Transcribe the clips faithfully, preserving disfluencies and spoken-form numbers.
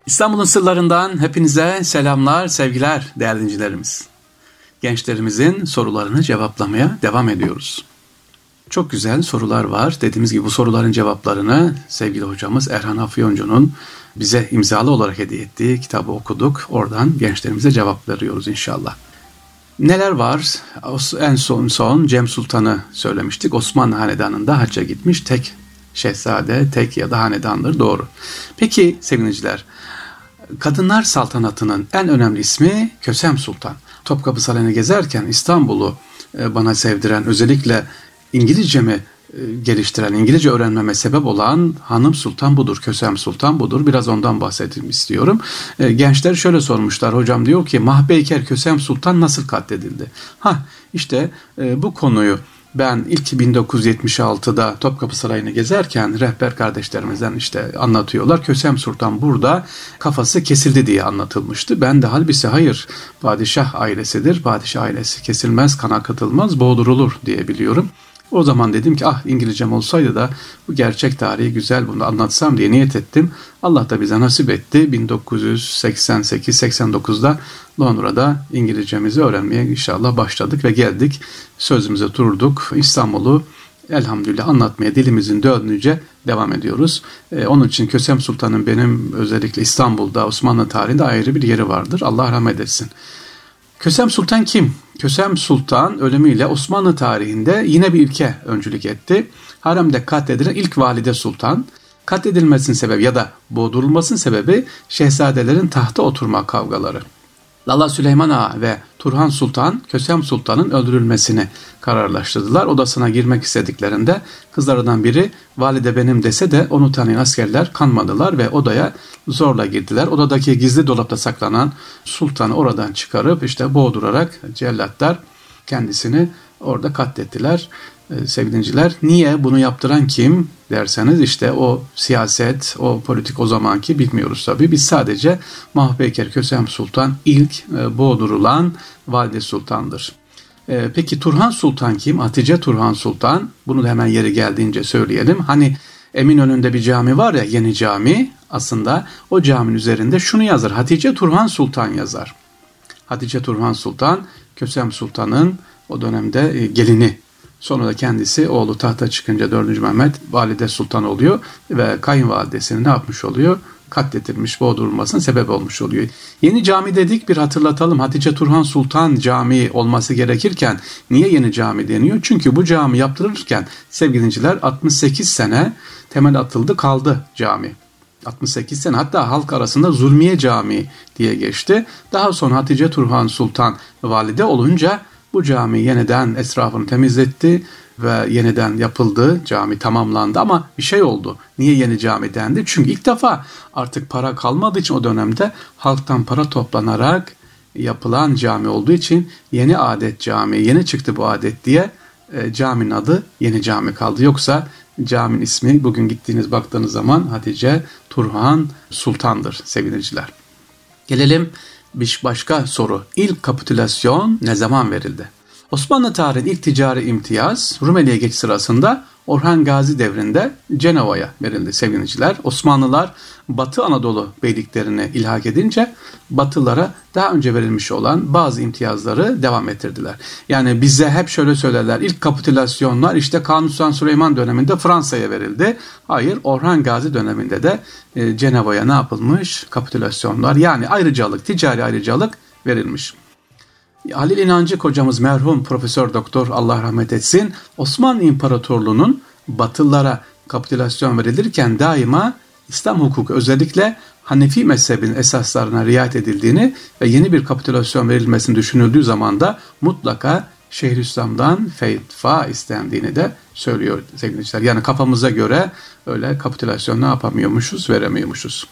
İstanbul'un sırlarından hepinize selamlar, sevgiler değerli dinleyicilerimiz. Gençlerimizin sorularını cevaplamaya devam ediyoruz. Çok güzel sorular var. Dediğimiz gibi bu soruların cevaplarını sevgili hocamız Erhan Afyoncu'nun bize imzalı olarak hediye ettiği kitabı okuduk. Oradan gençlerimize cevap veriyoruz inşallah. Neler var? En son son Cem Sultan'ı söylemiştik. Osmanlı Hanedanı'nda hacca gitmiş tek şehzade, tek ya da hanedandır. Doğru. Peki sevgiliciler, Kadınlar Saltanatı'nın en önemli ismi Kösem Sultan. Topkapı Sarayı'nı gezerken İstanbul'u bana sevdiren, özellikle İngilizcemi geliştiren, İngilizce öğrenmeme sebep olan hanım sultan budur, Kösem Sultan budur. Biraz ondan bahsedeyim istiyorum. Gençler şöyle sormuşlar, hocam diyor ki Mahpeyker Kösem Sultan nasıl katledildi? Ha işte bu konuyu ben ilk bin dokuz yüz yetmiş altıda Topkapı Sarayı'nı gezerken rehber kardeşlerimizden işte anlatıyorlar. Kösem Sultan burada kafası kesildi diye anlatılmıştı. Ben de halbuki hayır, padişah ailesidir. Padişah ailesi kesilmez, kana katılmaz, boğdurulur diye biliyorum. O zaman dedim ki ah İngilizcem olsaydı da bu gerçek tarihi güzel bunu anlatsam diye niyet ettim. Allah da bize nasip etti. bin dokuz yüz seksen sekiz seksen dokuzda Londra'da İngilizcemizi öğrenmeye inşallah başladık ve geldik. Sözümüze durduk. İstanbul'u elhamdülillah anlatmaya dilimizin döndüğünce devam ediyoruz. Ee, onun için Kösem Sultan'ın benim özellikle İstanbul'da Osmanlı tarihinde ayrı bir yeri vardır. Allah rahmet etsin. Kösem Sultan kim? Kösem Sultan ölümüyle Osmanlı tarihinde yine bir ülke öncülük etti. Haremde katledilen ilk valide sultan. Katledilmesinin sebebi ya da boğdurulmasının sebebi şehzadelerin tahta oturma kavgaları. Lala Süleyman Ağa ve Turhan Sultan Kösem Sultan'ın öldürülmesini kararlaştırdılar. Odasına girmek istediklerinde kızlarından biri valide benim dese de onu tanıyan askerler kanmadılar ve odaya zorla girdiler. Odadaki gizli dolapta saklanan sultanı oradan çıkarıp işte boğdurarak cellatlar kendisini orada katlettiler. Ee, sevgiliciler, niye bunu yaptıran kim derseniz işte o siyaset, o politik o zamanki bilmiyoruz tabii. Biz sadece Mahpeyker Kösem Sultan ilk e, boğdurulan valide sultandır. E, peki Turhan Sultan kim? Hatice Turhan Sultan. Bunu da hemen yeri geldiğince söyleyelim. Hani Eminönü'nde bir cami var ya, Yeni Cami, aslında o caminin üzerinde şunu yazar. Hatice Turhan Sultan yazar. Hatice Turhan Sultan Kösem Sultan'ın o dönemde e, gelini. Sonra da kendisi oğlu tahta çıkınca dördüncü Mehmet valide sultan oluyor ve kayınvalidesini ne yapmış oluyor? Katletilmiş, boğdurulmasına sebep olmuş oluyor. Yeni Cami dedik, bir hatırlatalım. Hatice Turhan Sultan Camii olması gerekirken niye Yeni Cami deniyor? Çünkü bu cami yaptırılırken sevgili dinleyiciler altmış sekiz sene temel atıldı kaldı cami. altmış sekiz sene, hatta halk arasında Zulmiye Camii diye geçti. Daha sonra Hatice Turhan Sultan valide olunca bu cami yeniden etrafını temizletti ve yeniden yapıldı. Cami tamamlandı ama bir şey oldu. Niye Yeni Cami dendi? Çünkü ilk defa artık para kalmadığı için o dönemde halktan para toplanarak yapılan cami olduğu için yeni adet cami, yeni çıktı bu adet diye e, caminin adı Yeni Cami kaldı. Yoksa caminin ismi bugün gittiğiniz baktığınız zaman Hatice Turhan Sultan'dır sevgiliciler. Gelelim bir başka soru. İlk kapitülasyon ne zaman verildi? Osmanlı tarihinin ilk ticari imtiyaz Rumeli'ye geçiş sırasında Orhan Gazi devrinde Cenova'ya verildi sevgiliciler. Osmanlılar Batı Anadolu beyliklerini ilhak edince Batılılara daha önce verilmiş olan bazı imtiyazları devam ettirdiler. Yani bize hep şöyle söylerler, ilk kapitülasyonlar işte Kanuni Sultan Süleyman döneminde Fransa'ya verildi. Hayır, Orhan Gazi döneminde de e, Cenova'ya ne yapılmış? Kapitülasyonlar, yani ayrıcalık, ticari ayrıcalık verilmiş. Halil İnancık hocamız merhum Profesör Doktor Allah rahmet etsin, Osmanlı İmparatorluğu'nun Batılılara kapitülasyon verilirken daima İslam hukuku, özellikle Hanefi mezhebinin esaslarına riayet edildiğini ve yeni bir kapitülasyon verilmesini düşünüldüğü zaman da mutlaka Şeyhülislam'dan fetva istendiğini de söylüyor sevgili. Yani kafamıza göre öyle kapitülasyon ne yapamıyormuşuz, veremiyormuşuz.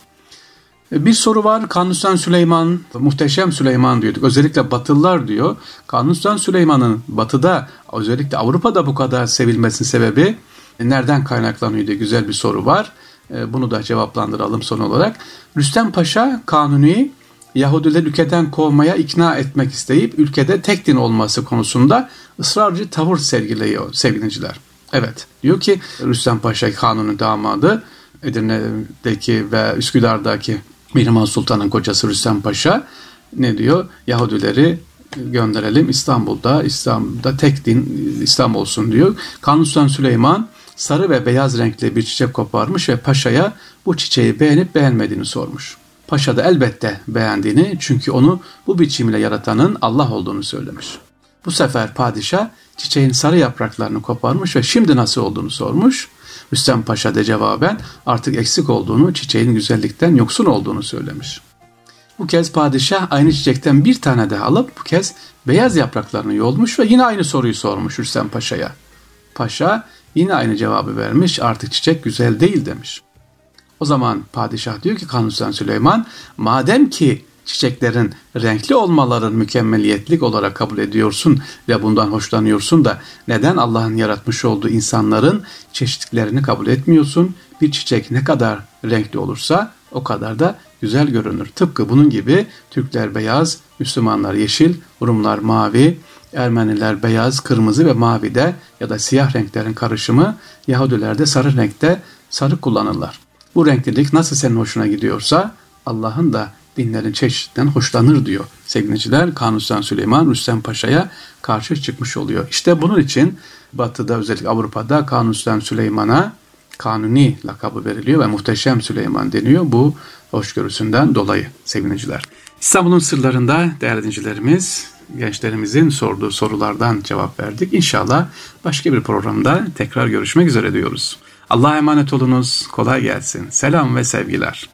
Bir soru var. Kanuni Sultan Süleyman, muhteşem Süleyman diyorduk. Özellikle Batılılar diyor. Kanuni Sultan Süleyman'ın Batı'da, özellikle Avrupa'da bu kadar sevilmesinin sebebi nereden kaynaklanıyor diye güzel bir soru var. Bunu da cevaplandıralım son olarak. Rüstem Paşa Kanuni'yi Yahudileri ülkeden kovmaya ikna etmek isteyip ülkede tek din olması konusunda ısrarcı tavır sergiliyor sevgiliciler. Evet, diyor ki Rüstem Paşa Kanuni damadı Edirne'deki ve Üsküdar'daki Mihrimah Sultan'ın kocası Rüstem Paşa ne diyor? Yahudileri gönderelim İstanbul'da, İstanbul'da tek din İslam olsun diyor. Kanuni Sultan Süleyman sarı ve beyaz renkli bir çiçek koparmış ve paşaya bu çiçeği beğenip beğenmediğini sormuş. Paşa da elbette beğendiğini, çünkü onu bu biçimle yaratanın Allah olduğunu söylemiş. Bu sefer padişah çiçeğin sarı yapraklarını koparmış ve şimdi nasıl olduğunu sormuş. Rüstem Paşa da cevaben artık eksik olduğunu, çiçeğin güzellikten yoksun olduğunu söylemiş. Bu kez padişah aynı çiçekten bir tane daha alıp bu kez beyaz yapraklarını yolmuş ve yine aynı soruyu sormuş Rüstem Paşa'ya. Paşa yine aynı cevabı vermiş, artık çiçek güzel değil demiş. O zaman padişah diyor ki Kanuni Sultan Süleyman, madem ki çiçeklerin renkli olmaların mükemmeliyetlik olarak kabul ediyorsun ve bundan hoşlanıyorsun da neden Allah'ın yaratmış olduğu insanların çeşitlerini kabul etmiyorsun? Bir çiçek ne kadar renkli olursa o kadar da güzel görünür. Tıpkı bunun gibi Türkler beyaz, Müslümanlar yeşil, Rumlar mavi, Ermeniler beyaz, kırmızı ve mavi de ya da siyah renklerin karışımı, Yahudiler de sarı renkte sarı kullanırlar. Bu renklilik nasıl senin hoşuna gidiyorsa Allah'ın da dinlerin çeşitliliğinden hoşlanır diyor sevgiliciler. Kanuni Sultan Süleyman Rüstem Paşa'ya karşı çıkmış oluyor. İşte bunun için Batı'da, özellikle Avrupa'da Kanuni Sultan Süleyman'a Kanuni lakabı veriliyor ve Muhteşem Süleyman deniyor bu hoşgörüsünden dolayı sevgiliciler. İstanbul'un sırlarında değerli dinleyicilerimiz, gençlerimizin sorduğu sorulardan cevap verdik. İnşallah başka bir programda tekrar görüşmek üzere diyoruz. Allah'a emanet olunuz, kolay gelsin. Selam ve sevgiler.